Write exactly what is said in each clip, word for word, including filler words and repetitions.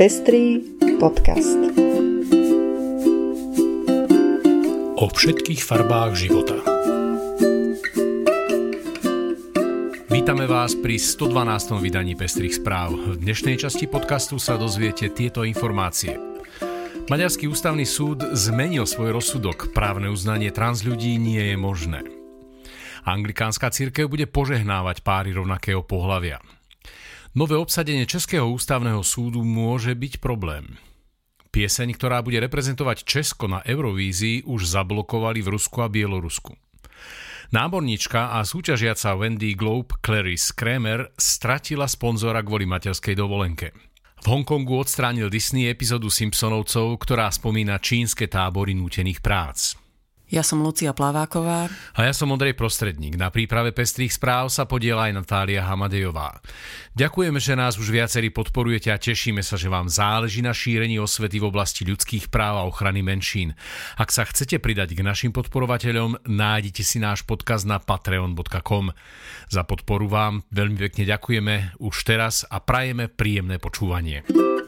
Pestrý podcast. O všetkých farbách života. Vítame vás pri stodvanástom vydaní Pestrých správ. V dnešnej časti podcastu sa dozviete tieto informácie. Maďarský ústavný súd zmenil svoj rozsudok. Právne uznanie trans ľudí nie je možné. Anglikánska cirkev bude požehnávať páry rovnakého pohlavia. Nové obsadenie Českého ústavného súdu môže byť problém. Pieseň, ktorá bude reprezentovať Česko na Eurovízii, už zablokovali v Rusku a Bielorusku. Námorníčka a súťažiaca Wendy Globe Clarice Kramer stratila sponzora kvôli materskej dovolenke. V Hongkongu odstránil Disney epizódu Simpsonovcov, ktorá spomína čínske tábory nútených prác. Ja som Lucia Plaváková. A ja som Ondrej Prostredník. Na príprave Pestrých správ sa podieľa aj Natália Hamadejová. Ďakujeme, že nás už viacerí podporujete a tešíme sa, že vám záleží na šírení osvety v oblasti ľudských práv a ochrany menšín. Ak sa chcete pridať k našim podporovateľom, nájdite si náš podcast na patreon bodka com. Za podporu vám veľmi pekne ďakujeme už teraz a prajeme príjemné počúvanie.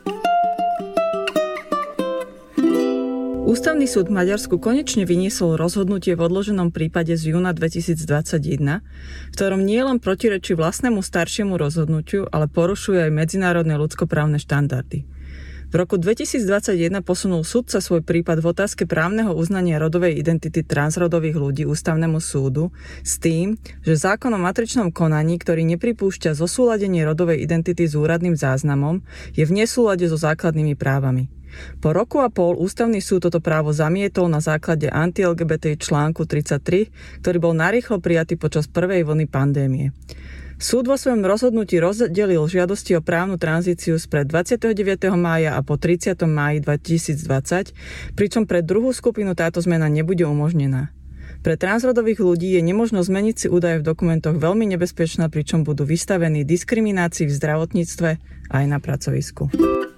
Ústavný súd v Maďarsku konečne vyniesol rozhodnutie v odloženom prípade z júna dvetisícdvadsaťjeden, v ktorom nie len protirečí vlastnému staršiemu rozhodnutiu, ale porušuje aj medzinárodné ľudskoprávne štandardy. V roku dvetisícdvadsaťjeden posunul sudca svoj prípad v otázke právneho uznania rodovej identity transrodových ľudí Ústavnému súdu s tým, že zákon o matričnom konaní, ktorý nepripúšťa zosúladenie rodovej identity s úradným záznamom, je v nesúlade so základnými právami. Po roku a pol Ústavný súd toto právo zamietol na základe anti-el gé bé té článku tridsaťtri, ktorý bol narýchlo prijatý počas prvej vlny pandémie. Súd vo svojom rozhodnutí rozdelil žiadosti o právnu tranzíciu spred dvadsiateho deviateho mája a po tridsiateho mája dvetisícdvadsať, pričom pre druhú skupinu táto zmena nebude umožnená. Pre transrodových ľudí je nemožno zmeniť si údaje v dokumentoch veľmi nebezpečná, pričom budú vystavení diskriminácii v zdravotníctve aj na pracovisku.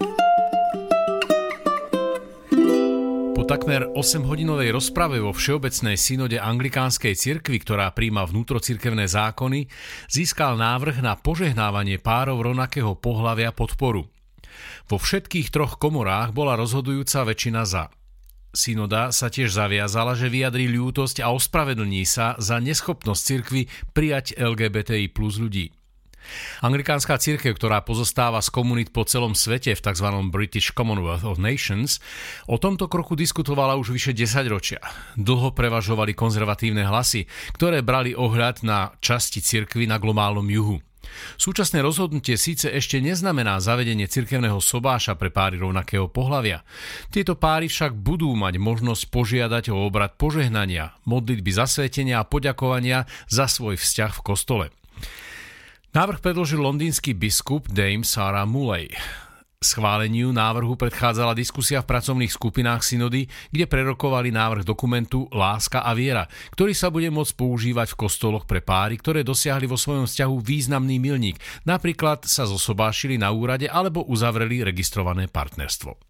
Po takmer osemhodinovej rozprave vo Všeobecnej synode anglikánskej cirkvi, ktorá prijíma vnútrocirkevné zákony, získal návrh na požehnávanie párov rovnakého pohlavia podporu. Vo všetkých troch komorách bola rozhodujúca väčšina za. Synoda sa tiež zaviazala, že vyjadrí ľútosť a ospravedlní sa za neschopnosť cirkvi prijať el gé bé té í plus ľudí. Anglikánska cirkev, ktorá pozostáva z komunít po celom svete v tzv. British Commonwealth of Nations, o tomto kroku diskutovala už vyše desaťročia. Dlho prevažovali konzervatívne hlasy, ktoré brali ohľad na časti cirkvi na globálnom juhu. Súčasné rozhodnutie síce ešte neznamená zavedenie cirkevného sobáša pre páry rovnakého pohlavia. Tieto páry však budú mať možnosť požiadať o obrad požehnania, modlitby zasvetenia a poďakovania za svoj vzťah v kostole. Návrh predložil londýnsky biskup Dame Sarah Muley. Schváleniu návrhu predchádzala diskusia v pracovných skupinách synody, kde prerokovali návrh dokumentu Láska a viera, ktorý sa bude môcť používať v kostoloch pre páry, ktoré dosiahli vo svojom vzťahu významný milník, napríklad sa zosobášili na úrade alebo uzavreli registrované partnerstvo.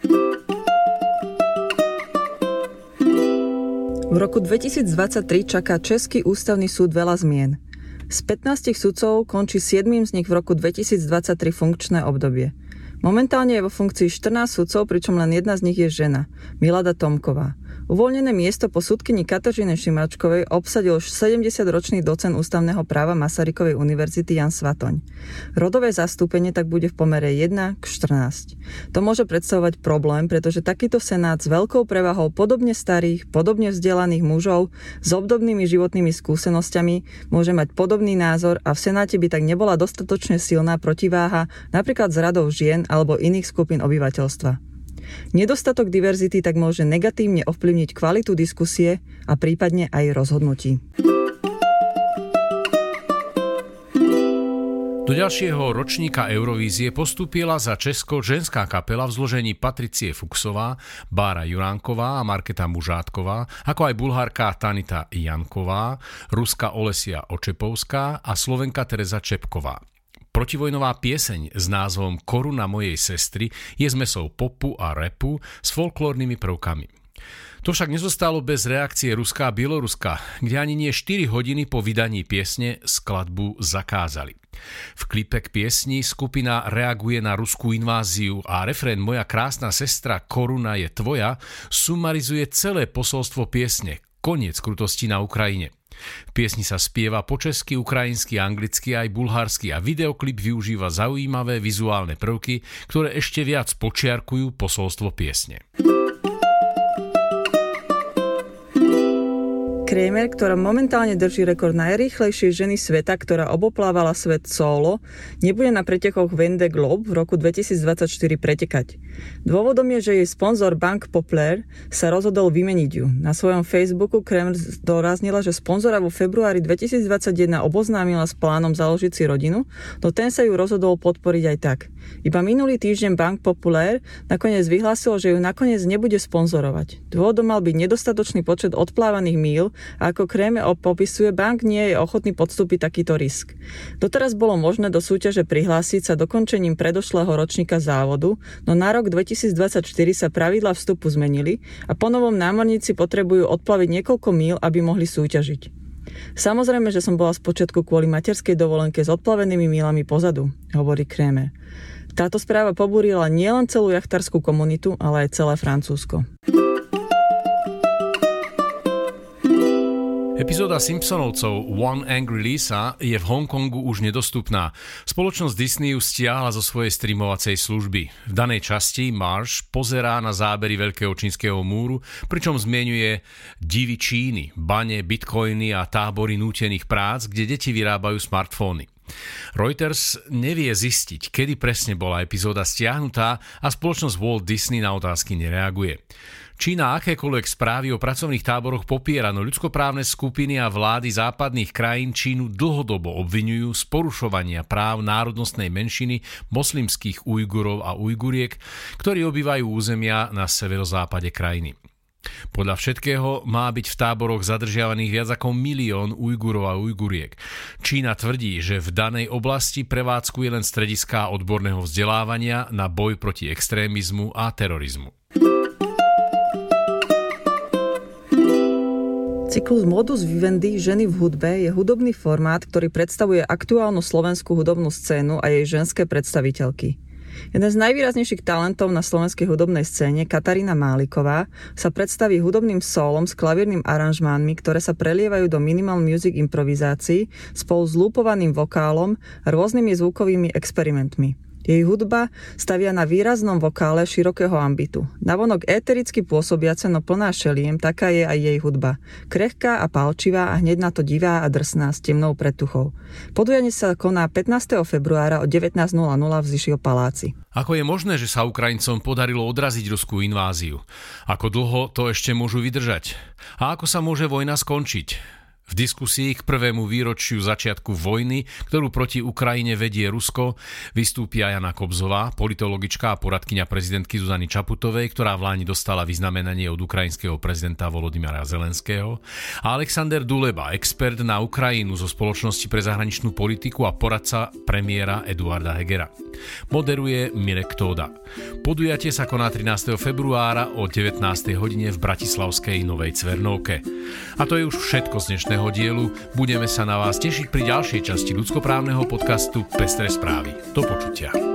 V roku dvetisícdvadsaťtri čaká Český ústavný súd veľa zmien. Z pätnástich sudcov končí siedmym z nich v roku dvetisícdvadsaťtri funkčné obdobie. Momentálne je vo funkcii štrnásť sudcov, pričom len jedna z nich je žena, Milada Tomková. Uvoľnené miesto po sudkyni Kateřine Šimačkovej obsadil sedemdesiatročný docent ústavného práva Masarykovej univerzity Jan Svatoň. Rodové zastúpenie tak bude v pomere jeden k štrnásť. To môže predstavovať problém, pretože takýto senát s veľkou prevahou podobne starých, podobne vzdelaných mužov s obdobnými životnými skúsenosťami môže mať podobný názor a v senáte by tak nebola dostatočne silná protiváha napríklad z radov žien alebo iných skupín obyvateľstva. Nedostatok diverzity tak môže negatívne ovplyvniť kvalitu diskusie a prípadne aj rozhodnutí. Do ďalšieho ročníka Eurovízie postúpila za Česko ženská kapela v zložení Patricie Fuchsová, Bára Juránková a Markéta Mužátková, ako aj bulharka Tanita Janková, Ruska Olesia Očepovská a Slovenka Tereza Čepková. Protivojnová pieseň s názvom Koruna mojej sestry je zmesou popu a rapu s folklórnymi prvkami. To však nezostalo bez reakcie Ruska a Bieloruska, kde ani nie štyri hodiny po vydaní piesne skladbu zakázali. V klipe k piesni skupina reaguje na ruskú inváziu a refrén Moja krásna sestra koruna je tvoja sumarizuje celé posolstvo piesne Koniec krutosti na Ukrajine. V piesni sa spieva po česky, ukrajinsky, anglicky aj bulharsky a videoklip využíva zaujímavé vizuálne prvky, ktoré ešte viac počiarkujú posolstvo piesne. Kramer, ktorá momentálne drží rekord najrýchlejšej ženy sveta, ktorá oboplávala svet solo, nebude na pretekoch Vendée Globe v roku dvetisícdvadsaťštyri pretekať. Dôvodom je, že jej sponzor Banque Populaire sa rozhodol vymeniť ju. Na svojom Facebooku Kramer zdôraznila, že sponzora vo februári dvetisícdvadsaťjeden oboznámila s plánom založiť si rodinu, no ten sa ju rozhodol podporiť aj tak. Iba minulý týždeň Banque Populaire nakoniec vyhlásilo, že ju nakoniec nebude sponzorovať. Dôvodom mal byť nedostatočný počet odplávaných míl a ako Kramer popisuje, bank nie je ochotný podstúpiť takýto risk. Doteraz bolo možné do súťaže prihlásiť sa dokončením predošlého ročníka závodu, no na rok dvetisícdvadsaťštyri sa pravidlá vstupu zmenili a ponovom námorníci potrebujú odplaviť niekoľko míl, aby mohli súťažiť. Samozrejme, že som bola spočiatku kvôli materskej dovolenke s odplavenými mílami pozadu, hovorí Kramer. Táto správa pobúrila nielen celú jachtarskú komunitu, ale aj celé Francúzsko. Epizóda Simpsonovcov One Angry Lisa je v Hongkongu už nedostupná. Spoločnosť Disney ju stiahla zo svojej streamovacej služby. V danej časti Marsh pozerá na zábery Veľkého čínskeho múru, pričom zmieňuje divy Číny, bane, bitcoiny a tábory nútených prác, kde deti vyrábajú smartfóny. Reuters nevie zistiť, kedy presne bola epizóda stiahnutá a spoločnosť Walt Disney na otázky nereaguje. Čína akékoľvek správy o pracovných táboroch popiera, no ľudskoprávne skupiny a vlády západných krajín Čínu dlhodobo obviňujú z porušovania práv národnostnej menšiny moslimských Ujgurov a Ujguriek, ktorí obývajú územia na severozápade krajiny. Podľa všetkého má byť v táboroch zadržiavaných viac ako milión Ujgurov a Ujguriek. Čína tvrdí, že v danej oblasti prevádzkuje len strediská odborného vzdelávania na boj proti extrémizmu a terorizmu. Cyklus Modus Vivendi Ženy v hudbe je hudobný formát, ktorý predstavuje aktuálnu slovenskú hudobnú scénu a jej ženské predstaviteľky. Jeden z najvýraznejších talentov na slovenskej hudobnej scéne, Katarína Máliková, sa predstaví hudobným sólom s klavírnym aranžmánmi, ktoré sa prelievajú do minimal music improvizácií spolu s lúpovaným vokálom a rôznymi zvukovými experimentmi. Jej hudba stavia na výraznom vokále širokého ambitu. Navonok étericky pôsobiace, no plná šeliem, taká je aj jej hudba. Krehká a pálčivá a hneď na to divá a drsná s temnou pretuchou. Podujanie sa koná pätnásteho februára o devätnásť nula nula v Zišio paláci. Ako je možné, že sa Ukrajincom podarilo odraziť ruskú inváziu? Ako dlho to ešte môžu vydržať? A ako sa môže vojna skončiť? V diskusii k prvému výročiu začiatku vojny, ktorú proti Ukrajine vedie Rusko, vystúpia Jana Kobzová, politologička a poradkyňa prezidentky Zuzany Čaputovej, ktorá v Lani dostala vyznamenanie od ukrajinského prezidenta Volodymyra Zelenského, a Alexander Duleba, expert na Ukrajinu zo Spoločnosti pre zahraničnú politiku a poradca premiéra Eduarda Hegera. Moderuje Mirek Tóda. Podujatie sa koná trinásteho februára o devätnástej hodine v bratislavskej Novej Cvernovke. A to je už všetko z dnešného dielu. Budeme sa na vás tešiť pri ďalšej časti ľudskoprávneho podcastu Pestré správy. Do počutia.